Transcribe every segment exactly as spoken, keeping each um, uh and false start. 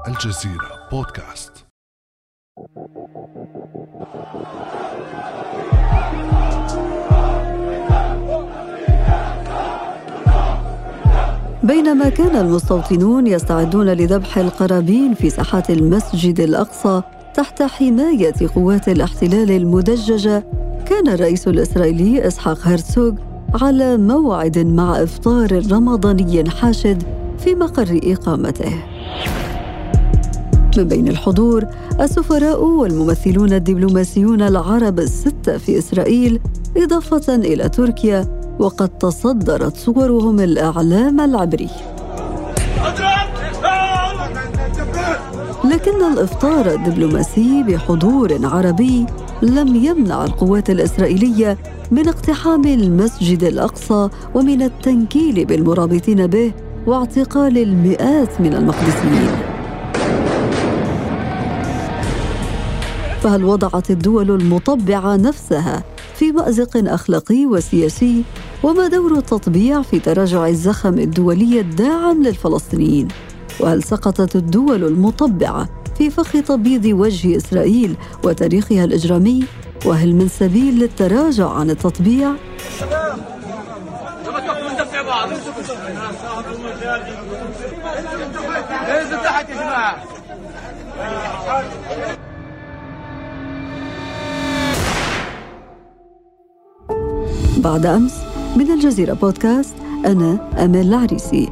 الجزيرة بودكاست. بينما كان المستوطنون يستعدون لذبح القرابين في ساحات المسجد الأقصى تحت حماية قوات الاحتلال المدججة، كان الرئيس الإسرائيلي إسحاق هرتزوغ على موعد مع إفطار رمضاني حاشد في مقر إقامته. من بين الحضور السفراء والممثلون الدبلوماسيون العرب الستة في إسرائيل، إضافة إلى تركيا، وقد تصدرت صورهم الإعلام العبري. لكن الإفطار الدبلوماسي بحضور عربي لم يمنع القوات الإسرائيلية من اقتحام المسجد الأقصى ومن التنكيل بالمرابطين به واعتقال المئات من المقدسيين. فهل وضعت الدول المطبعة نفسها في مأزق أخلاقي وسياسي؟ وما دور التطبيع في تراجع الزخم الدولي الداعم للفلسطينيين؟ وهل سقطت الدول المطبعة في فخ تبييض وجه إسرائيل وتاريخها الإجرامي؟ وهل من سبيل للتراجع عن التطبيع؟ بعد أمس من الجزيرة بودكاست، أنا أمال العريسي.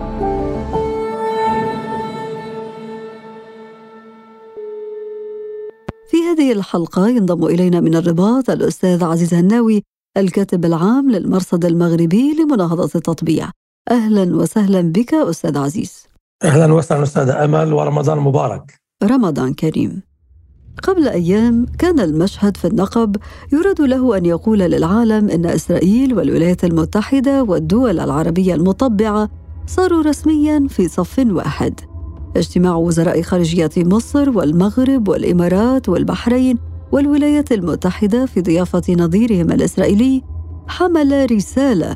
في هذه الحلقة ينضم إلينا من الرباط الأستاذ عزيز هناوي، الكاتب العام للمرصد المغربي لمناهضة التطبيع. أهلا وسهلا بك أستاذ عزيز. أهلا وسهلا أستاذ أمال، ورمضان مبارك. رمضان كريم. قبل أيام كان المشهد في النقب يراد له أن يقول للعالم إن إسرائيل والولايات المتحدة والدول العربية المطبعة صاروا رسمياً في صف واحد. اجتماع وزراء خارجية مصر والمغرب والإمارات والبحرين والولايات المتحدة في ضيافة نظيرهم الإسرائيلي حمل رسالة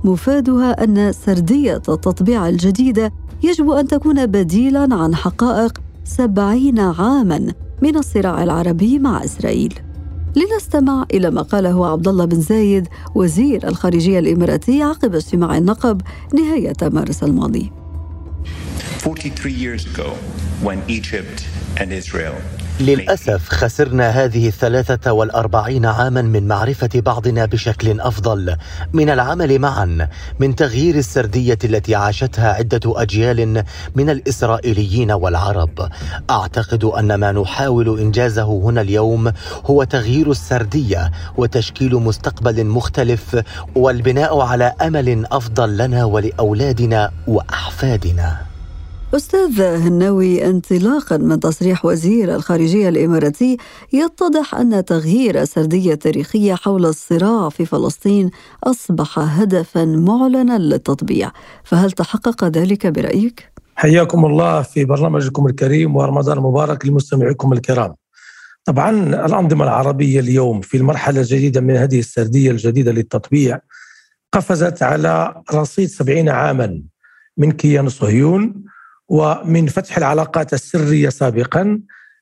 مفادها أن سردية التطبيع الجديدة يجب أن تكون بديلاً عن حقائق سبعين عاماً من الصراع العربي مع إسرائيل. لنستمع إلى ما قاله عبد الله بن زايد وزير الخارجية الإماراتي عقب اجتماع النقب نهاية مارس الماضي. forty-three years ago when Egypt and Israel للأسف خسرنا هذه الثلاثة والأربعين عاما من معرفة بعضنا بشكل أفضل، من العمل معا، من تغيير السردية التي عاشتها عدة أجيال من الإسرائيليين والعرب. أعتقد أن ما نحاول إنجازه هنا اليوم هو تغيير السردية وتشكيل مستقبل مختلف والبناء على أمل أفضل لنا ولأولادنا وأحفادنا. أستاذ هناوي، انطلاقاً من تصريح وزير الخارجية الإماراتي يتضح أن تغيير السردية التاريخية حول الصراع في فلسطين أصبح هدفاً معلناً للتطبيع، فهل تحقق ذلك برأيك؟ حياكم الله في برنامجكم الكريم، ورمضان مبارك لمستمعيكم الكرام. طبعاً الأنظمة العربية اليوم في المرحلة الجديدة من هذه السردية الجديدة للتطبيع قفزت على رصيد سبعين عاماً من كيان صهيون ومن فتح العلاقات السرية سابقا،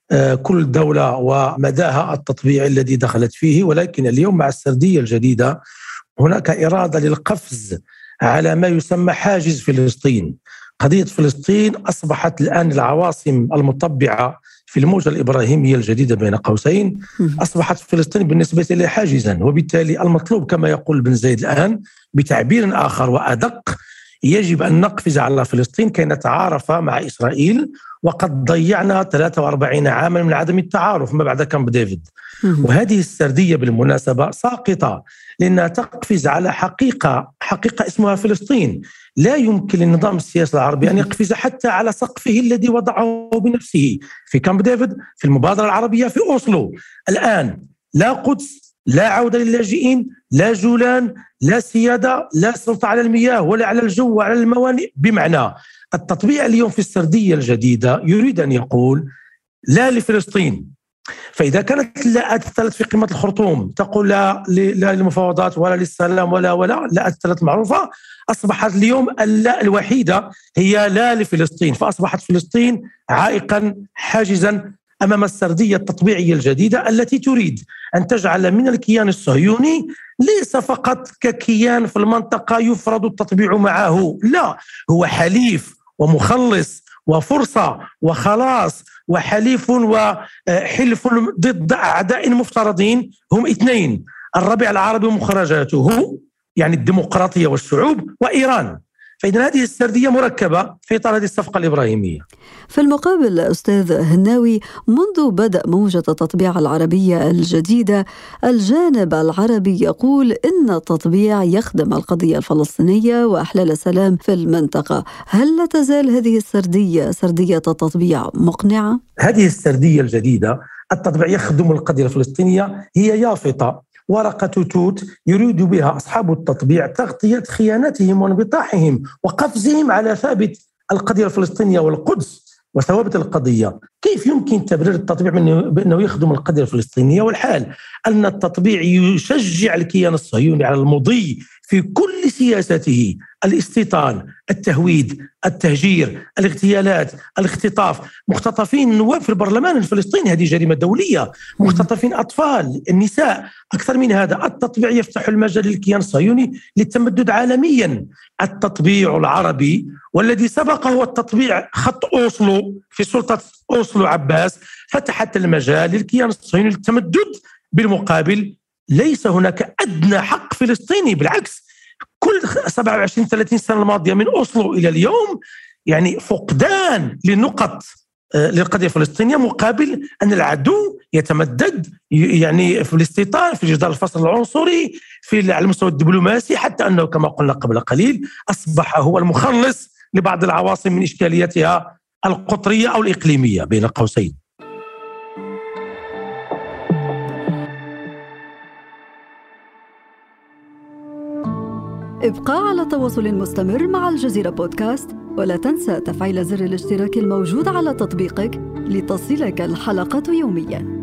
كل دولة ومداها التطبيعي الذي دخلت فيه. ولكن اليوم مع السردية الجديدة هناك إرادة للقفز على ما يسمى حاجز فلسطين. قضية فلسطين أصبحت الآن العواصم المطبعة في الموجة الإبراهيمية الجديدة بين قوسين، أصبحت فلسطين بالنسبة لي حاجزا، وبالتالي المطلوب كما يقول بن زايد الآن بتعبير آخر وأدق، يجب أن نقفز على فلسطين كي نتعارف مع إسرائيل، وقد ضيعنا ثلاثة وأربعين عاما من عدم التعارف ما بعد كامب ديفيد. وهذه السردية بالمناسبة ساقطة لأنها تقفز على حقيقة حقيقة اسمها فلسطين. لا يمكن للنظام السياسي العربي أن يقفز حتى على سقفه الذي وضعه بنفسه في كامب ديفيد، في المبادرة العربية، في أوسلو. الآن لا قدس، لا عودة للاجئين، لا جولان، لا سيادة، لا سلطة على المياه ولا على الجو وعلى الموانئ. بمعنى التطبيع اليوم في السردية الجديدة يريد أن يقول لا لفلسطين فإذا كانت لا أتثلث في قمة الخرطوم تقول لا لا للمفاوضات ولا للسلام ولا ولا لا أتثلث معروفة، أصبحت اليوم اللا الوحيدة هي لا لفلسطين، فأصبحت فلسطين عائقا حاجزا أمام السردية التطبيعية الجديدة التي تريد أن تجعل من الكيان الصهيوني ليس فقط ككيان في المنطقة يفرض التطبيع معه، لا، هو حليف ومخلص وفرصة وخلاص وحليف وحلف ضد أعداء مفترضين هم اثنين: الربيع العربي ومخرجاته يعني الديمقراطية والشعوب، وإيران. فإذا هذه السردية مركبة في إطار هذه الصفقة الإبراهيمية. في المقابل أستاذ هناوي، منذ بدأ موجة التطبيع العربية الجديدة الجانب العربي يقول إن التطبيع يخدم القضية الفلسطينية وإحلال السلام في المنطقة. هل لا تزال هذه السردية سردية التطبيع مقنعة؟ هذه السردية الجديدة التطبيع يخدم القضية الفلسطينية هي يافطة، ورقة توت يريد بها أصحاب التطبيع تغطية خيانتهم وانبطاحهم وقفزهم على ثابت القضية الفلسطينية والقدس وثوابت القضية. كيف يمكن تبرير التطبيع بأنه يخدم القضية الفلسطينية والحال أن التطبيع يشجع الكيان الصهيوني على المضي في كل سياسته: الاستيطان، التهويد، التهجير، الاغتيالات، الاختطاف، مختطفين نواب في البرلمان الفلسطيني، هذه جريمة دولية، مختطفين أطفال، النساء. أكثر من هذا، التطبيع يفتح المجال للكيان الصهيوني للتمدد عالميا. التطبيع العربي والذي سبقه التطبيع خط أوسلو في سلطة أوسلو عباس فتحت المجال للكيان الصهيوني للتمدد. بالمقابل ليس هناك أدنى حق فلسطيني، بالعكس كل سبعة وعشرين ثلاثين سنة الماضية من أوسلو إلى اليوم يعني فقدان للنقط للقضية الفلسطينية، مقابل أن العدو يتمدد يعني في الاستيطان، في جدار الفصل العنصري، في على المستوى الدبلوماسي، حتى أنه كما قلنا قبل قليل أصبح هو المخلص لبعض العواصم من إشكالياتها القطرية أو الإقليمية بين قوسين. ابقى على تواصل مستمر مع الجزيرة بودكاست، ولا تنسى تفعيل زر الاشتراك الموجود على تطبيقك لتصلك الحلقة يومياً.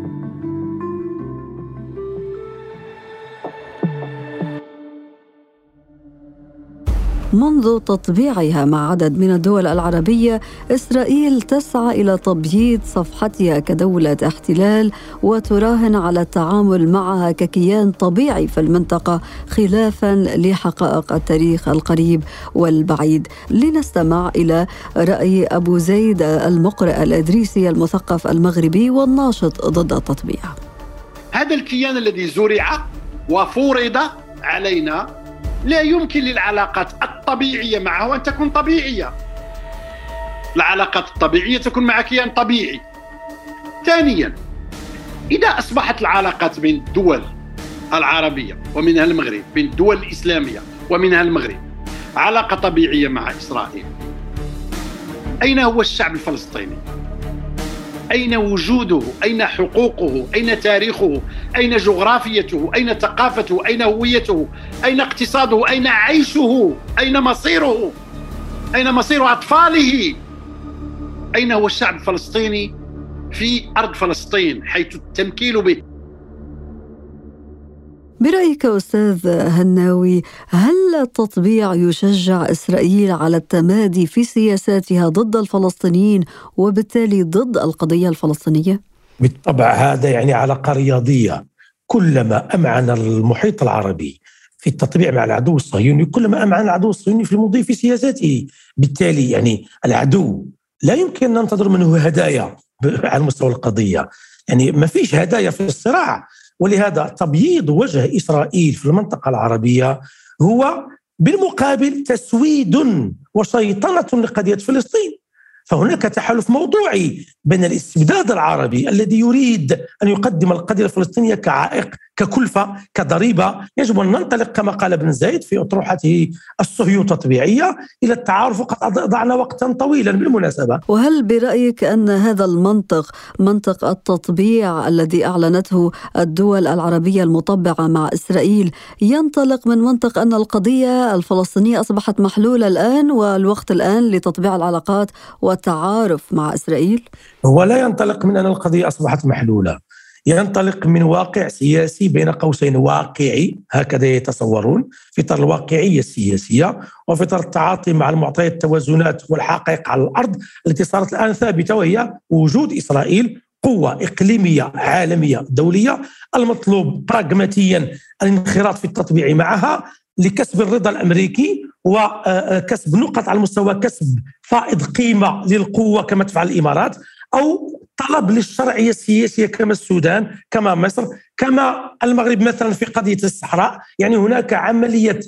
منذ تطبيعها مع عدد من الدول العربية، إسرائيل تسعى إلى تبييض صفحتها كدولة احتلال وتراهن على التعامل معها ككيان طبيعي في المنطقة، خلافاً لحقائق التاريخ القريب والبعيد. لنستمع إلى رأي أبو زيد المقرئ الإدريسي المثقف المغربي والناشط ضد التطبيع. هذا الكيان الذي زرع وفرض علينا لا يمكن للعلاقات الطبيعية معه أن تكون طبيعية. العلاقات الطبيعية تكون مع كيان طبيعي. ثانيا، إذا أصبحت العلاقات بين الدول العربية ومنها المغرب، بين الدول الإسلامية ومنها المغرب، علاقة طبيعية مع إسرائيل، أين هو الشعب الفلسطيني؟ أين وجوده؟ أين حقوقه؟ أين تاريخه؟ أين جغرافيته؟ أين ثقافته؟ أين هويته؟ أين اقتصاده؟ أين عيشه؟ أين مصيره؟ أين مصير أطفاله؟ أين هو الشعب الفلسطيني في أرض فلسطين حيث التمكين به؟ برأيك أستاذ هناوي، هل التطبيع يشجع إسرائيل على التمادي في سياساتها ضد الفلسطينيين وبالتالي ضد القضية الفلسطينية؟ بالطبع هذا يعني علاقة رياضية. كلما أمعن المحيط العربي في التطبيع مع العدو الصهيوني كلما أمعن العدو الصهيوني في المضي في سياساته. بالتالي يعني العدو لا يمكن أن ننتظر منه هدايا على مستوى القضية، يعني ما فيش هدايا في الصراع. ولهذا تبييض وجه إسرائيل في المنطقة العربية هو بالمقابل تسويد وسيطنة لقضية فلسطين. فهناك تحالف موضوعي بين الاستبداد العربي الذي يريد أن يقدم القضية الفلسطينية كعائق، ككلفة، كضريبة. يجب أن ننطلق كما قال ابن زايد في أطروحته الصهيو تطبيعية إلى التعارف، وقد ضعنا وقتا طويلا بالمناسبة. وهل برأيك أن هذا المنطق، منطق التطبيع الذي أعلنته الدول العربية المطبعة مع إسرائيل، ينطلق من منطق أن القضية الفلسطينية أصبحت محلولة الآن والوقت الآن لتطبيع العلاقات والتعارف مع إسرائيل؟ هو لا ينطلق من أن القضية أصبحت محلولة، ينطلق من واقع سياسي بين قوسين واقعي، هكذا يتصورون، في إطار الواقعية السياسية وفي إطار التعاطي مع المعطيات التوازنات والحقائق على الأرض التي صارت الآن ثابتة، وهي وجود إسرائيل قوة إقليمية عالمية دولية، المطلوب براغماتيا الانخراط في التطبيع معها لكسب الرضا الأمريكي وكسب نقط على مستوى كسب فائض قيمة للقوة كما تفعل الإمارات، أو طلب للشرعية السياسية كما السودان، كما مصر، كما المغرب مثلا في قضية الصحراء. يعني هناك عملية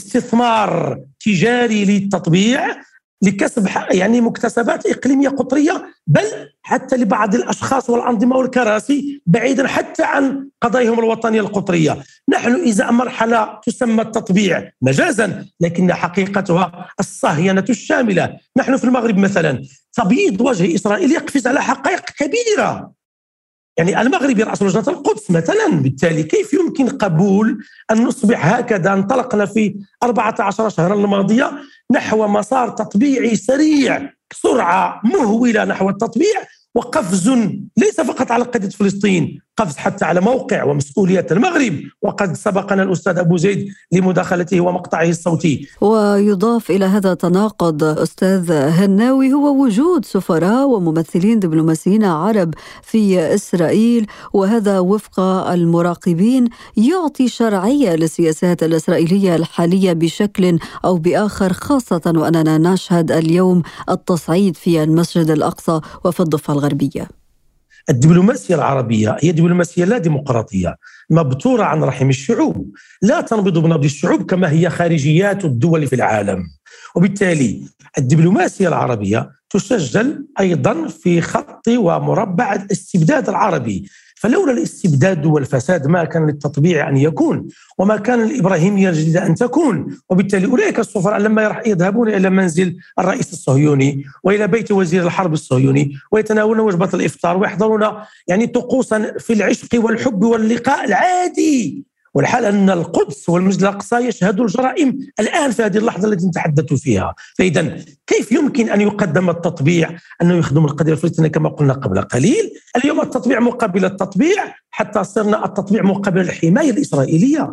استثمار تجاري للتطبيع لكسب يعني مكتسبات إقليمية قطرية، بل حتى لبعض الأشخاص والأنظمة والكراسي بعيدا حتى عن قضاياهم الوطنية القطرية. نحن إذا مرحلة تسمى التطبيع مجازا لكن حقيقتها الصهيونة الشاملة. نحن في المغرب مثلا تبييض وجه إسرائيل يقفز على حقائق كبيرة، يعني المغرب يرأس لجنة القدس مثلا، بالتالي كيف يمكن قبول أن نصبح هكذا؟ انطلقنا في أربعة عشر شهرا الماضية نحو مسار تطبيعي سريع، سرعة مهولة نحو التطبيع، وقفز ليس فقط على قضية فلسطين، قفز حتى على موقع ومسؤولية المغرب، وقد سبقنا الأستاذ أبو زيد لمداخلته ومقطعه الصوتي. ويضاف إلى هذا تناقض أستاذ هناوي هو وجود سفراء وممثلين دبلوماسيين عرب في إسرائيل، وهذا وفق المراقبين يعطي شرعية للسياسات الإسرائيلية الحالية بشكل أو بآخر، خاصة وأننا نشهد اليوم التصعيد في المسجد الأقصى وفي الضفة الغربية. الدبلوماسية العربية هي دبلوماسية لا ديمقراطية مبتورة عن رحم الشعوب، لا تنبض بنبض الشعوب كما هي خارجيات الدول في العالم، وبالتالي الدبلوماسية العربية تسجل أيضا في خط ومربع الاستبداد العربي. فلولا الاستبداد والفساد ما كان للتطبيع أن يكون، وما كان الإبراهيمية الجديدة أن تكون. وبالتالي أولئك السفراء لما يذهبون إلى منزل الرئيس الصهيوني وإلى بيت وزير الحرب الصهيوني ويتناولون وجبة الإفطار ويحضرون يعني طقوسا في العشق والحب واللقاء العادي، والحال أن القدس والمسجد الأقصى يشهدوا الجرائم الآن في هذه اللحظة التي نتحدث فيها. فإذا كيف يمكن أن يقدم التطبيع أنه يخدم القضية الفلسطينية كما قلنا قبل قليل؟ اليوم التطبيع مقابل التطبيع، حتى صرنا التطبيع مقابل الحماية الإسرائيلية.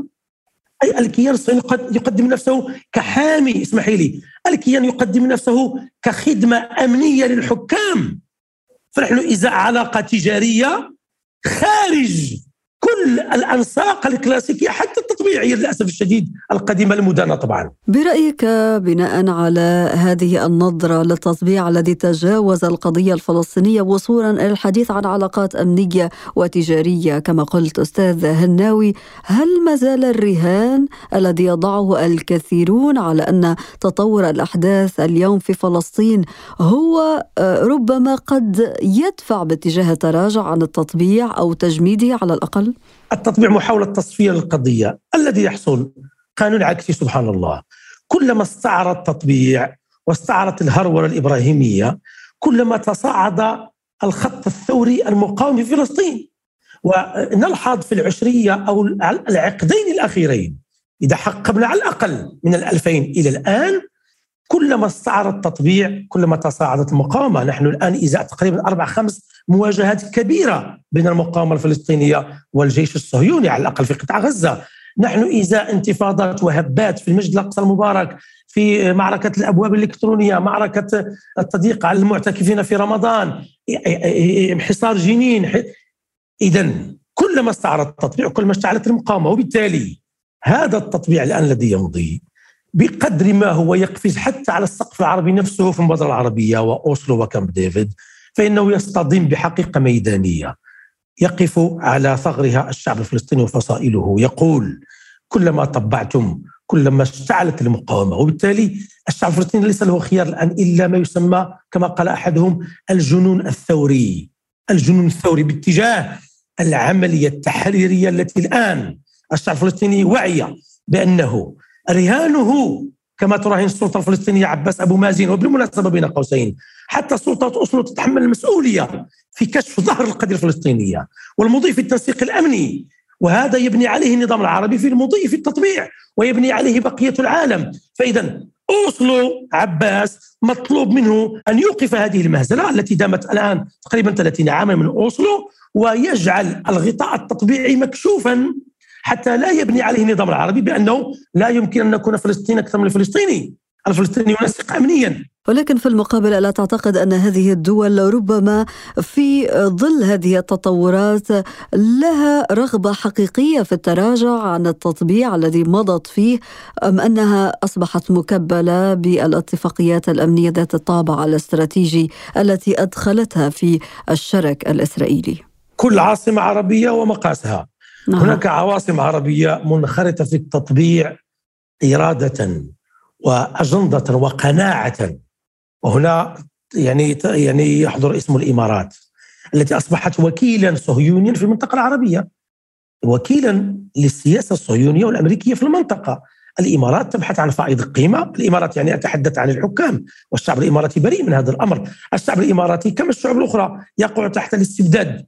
أي الكيان الصهيوني يقدم نفسه كحامي، اسمحي لي، الكيان يقدم نفسه كخدمة أمنية للحكام. فنحن إذا علاقة تجارية خارج كل الأنساق الكلاسيكية حتى التطبيعية للأسف الشديد القديمة المدانة طبعا. برأيك بناء على هذه النظرة للتطبيع الذي تجاوز القضية الفلسطينية وصولا إلى الحديث عن علاقات أمنية وتجارية كما قلت أستاذ هناوي، هل ما زال الرهان الذي يضعه الكثيرون على أن تطور الأحداث اليوم في فلسطين هو ربما قد يدفع باتجاه التراجع عن التطبيع أو تجميده على الأقل؟ التطبيع محاولة تصفية للقضية. الذي يحصل قانون عكسي سبحان الله، كلما استعر التطبيع واستعرت الهرولة الإبراهيمية كلما تصاعد الخط الثوري المقاوم في فلسطين. ونلحظ في العشرية أو العقدين الأخيرين إذا حقبنا على الأقل من الألفين إلى الآن، كلما استعر التطبيع كلما تصاعدت المقاومة. نحن الآن إذا تقريبا أربع خمس مواجهات كبيرة بين المقاومة الفلسطينية والجيش الصهيوني على الأقل في قطاع غزة. نحن إذا انتفاضات وهبات في المسجد الأقصى المبارك، في معركة الأبواب الإلكترونية، معركة التضييق على المعتكفين في رمضان، حصار جنين، إذن كلما استعر التطبيع كلما اشتعلت المقاومة. وبالتالي هذا التطبيع الآن الذي يمضي بقدر ما هو يقفز حتى على السقف العربي نفسه في المبادرة العربية وأوسلو وكامب ديفيد، فإنه يصطدم بحقيقة ميدانية يقف على ثغرها الشعب الفلسطيني وفصائله، يقول كلما طبعتم كلما اشتعلت المقاومة. وبالتالي الشعب الفلسطيني ليس له خيار الآن إلا ما يسمى كما قال أحدهم الجنون الثوري، الجنون الثوري باتجاه العملية التحريرية التي الآن الشعب الفلسطيني وعي بأنه رهانه كما تراهن السلطة الفلسطينية عباس أبو مازن، وبالمناسبة بين قوسين حتى سلطة أوسلو تتحمل المسؤولية في كشف ظهر القضية الفلسطينية والمضي في التنسيق الأمني، وهذا يبني عليه النظام العربي في المضي في التطبيع ويبني عليه بقية العالم. فإذا أوسلو عباس مطلوب منه أن يوقف هذه المهزلة التي دامت الآن تقريبا ثلاثين عاما من أوسلو، ويجعل الغطاء التطبيعي مكشوفا حتى لا يبني عليه النظام العربي بأنه لا يمكن أن نكون فلسطين أكثر من الفلسطيني، الفلسطيني ينسق أمنيا. ولكن في المقابل ألا تعتقد أن هذه الدول ربما في ظل هذه التطورات لها رغبة حقيقية في التراجع عن التطبيع الذي مضت فيه، أم أنها أصبحت مكبلة بالاتفاقيات الأمنية ذات الطابع الاستراتيجي التي أدخلتها في الشرك الإسرائيلي؟ كل عاصمة عربية ومقاسها. نعم. هناك عواصم عربية منخرطة في التطبيع إرادة وأجندة وقناعة، وهنا يعني يعني يحضر اسم الإمارات التي أصبحت وكيلا صهيونيا في المنطقة العربية، وكيلا للسياسة الصهيونية والأمريكية في المنطقة. الإمارات تبحث عن فائض القيمة، الإمارات يعني أتحدث عن الحكام، والشعب الإماراتي بريء من هذا الأمر. الشعب الإماراتي كما الشعوب الأخرى يقع تحت الاستبداد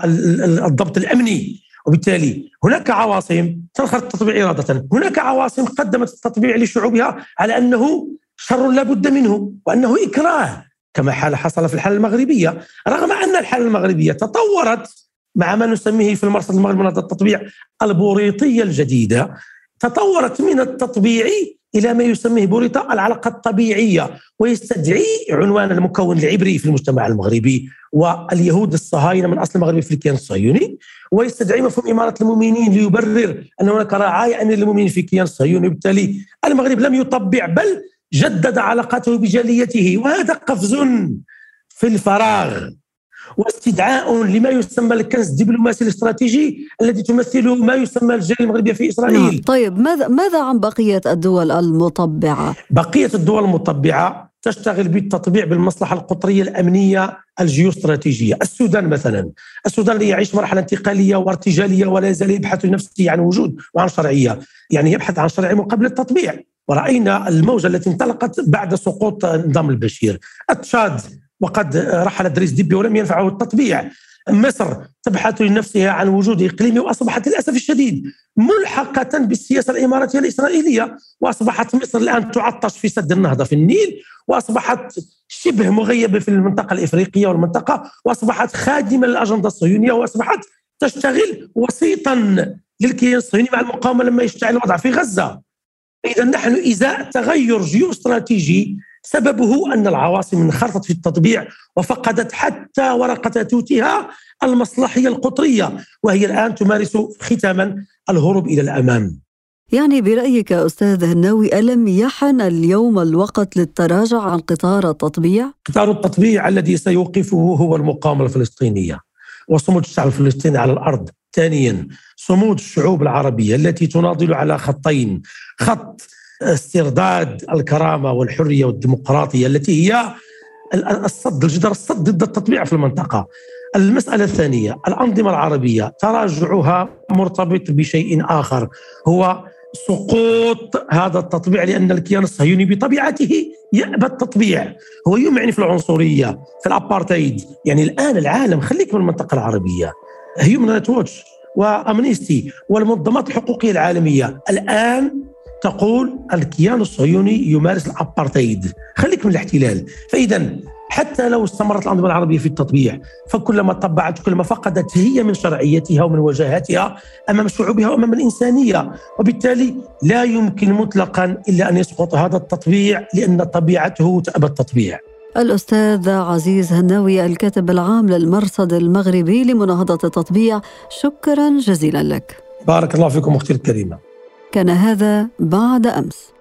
والضبط الأمني، وبالتالي هناك عواصم تنخرط التطبيع إرادة، هناك عواصم قدمت التطبيع لشعوبها على أنه شر لا بد منه وأنه إكراه، كما حال حصل في الحالة المغربية، رغم أن الحالة المغربية تطورت مع ما نسميه في المرصد المغربي من هذا التطبيع البوريطية الجديدة، تطورت من التطبيعي إلى ما يسميه بوريطة العلاقة الطبيعية، ويستدعي عنوان المكون العبري في المجتمع المغربي واليهود الصهاينة من أصل مغربي في الكيان الصهيوني، ويستدعي مفهوم إمارة المؤمنين ليبرر أن هناك رعاية أمير المؤمنين في الكيان الصهيوني. وبالتالي المغرب لم يطبع بل جدد علاقاته بجاليته، وهذا قفز في الفراغ واستدعاء لما يسمى الكنز الدبلوماسي الاستراتيجي الذي تمثله ما يسمى الجالية المغربية في إسرائيل. طيب ماذا ماذا عن بقية الدول المطبعة؟ بقية الدول المطبعة تشتغل بالتطبيع بالمصلحة القطرية الأمنية الجيوستراتيجية. السودان مثلا، السودان يعيش مرحلة انتقالية وارتجالية ولا يزال يبحث لنفسه عن وجود وعن شرعية، يعني يبحث عن شرعية مقابل التطبيع، ورأينا الموجة التي انطلقت بعد سقوط نظام البشير. التشاد وقد رحل دريس ديبي ولم ينفعه التطبيع. مصر تبحث لنفسها عن وجود إقليمي وأصبحت للأسف الشديد ملحقة بالسياسة الإماراتية الإسرائيلية، وأصبحت مصر الآن تعطش في سد النهضة في النيل، وأصبحت شبه مغيبة في المنطقة الإفريقية والمنطقة، وأصبحت خادمة للأجندة الصهيونية، وأصبحت تشتغل وسيطا للكيان الصهيوني مع المقاومة لما يشتعل الوضع في غزة. إذا نحن إزاء تغير جيوستراتيجي سببه أن العواصم انخرطت في التطبيع وفقدت حتى ورقة توتها المصلحية القطرية، وهي الآن تمارس ختاما الهروب إلى الأمام. يعني برأيك أستاذ هناوي ألم يحن اليوم الوقت للتراجع عن قطار التطبيع؟ قطار التطبيع الذي سيوقفه هو المقاومة الفلسطينية وصمود الشعب الفلسطيني على الأرض. ثانيا صمود الشعوب العربية التي تناضل على خطين: خط استرداد الكرامة والحرية والديمقراطية التي هي الصد الجدار الصد ضد التطبيع في المنطقة. المسألة الثانية الأنظمة العربية تراجعها مرتبط بشيء آخر، هو سقوط هذا التطبيع، لأن الكيان الصهيوني بطبيعته يأبى التطبيع، هو يمعن في العنصرية في الأبارتايد. يعني الآن العالم، خليك من المنطقة العربية، هيومن رايتس واتش وأمنيستي والمنظمات الحقوقية العالمية الآن تقول الكيان الصهيوني يمارس الأبارتايد، خليك من الاحتلال. فإذا حتى لو استمرت الأنظمة العربية في التطبيع فكلما طبعت كلما فقدت هي من شرعيتها ومن وجاهتها أمام شعوبها وأمام الإنسانية، وبالتالي لا يمكن مطلقا إلا أن يسقط هذا التطبيع لأن طبيعته تأبى التطبيع. الأستاذ عزيز هناوي الكاتب العام للمرصد المغربي لمناهضة التطبيع، شكرا جزيلا لك. بارك الله فيكم أختي الكريمة. كان هذا بعد أمس.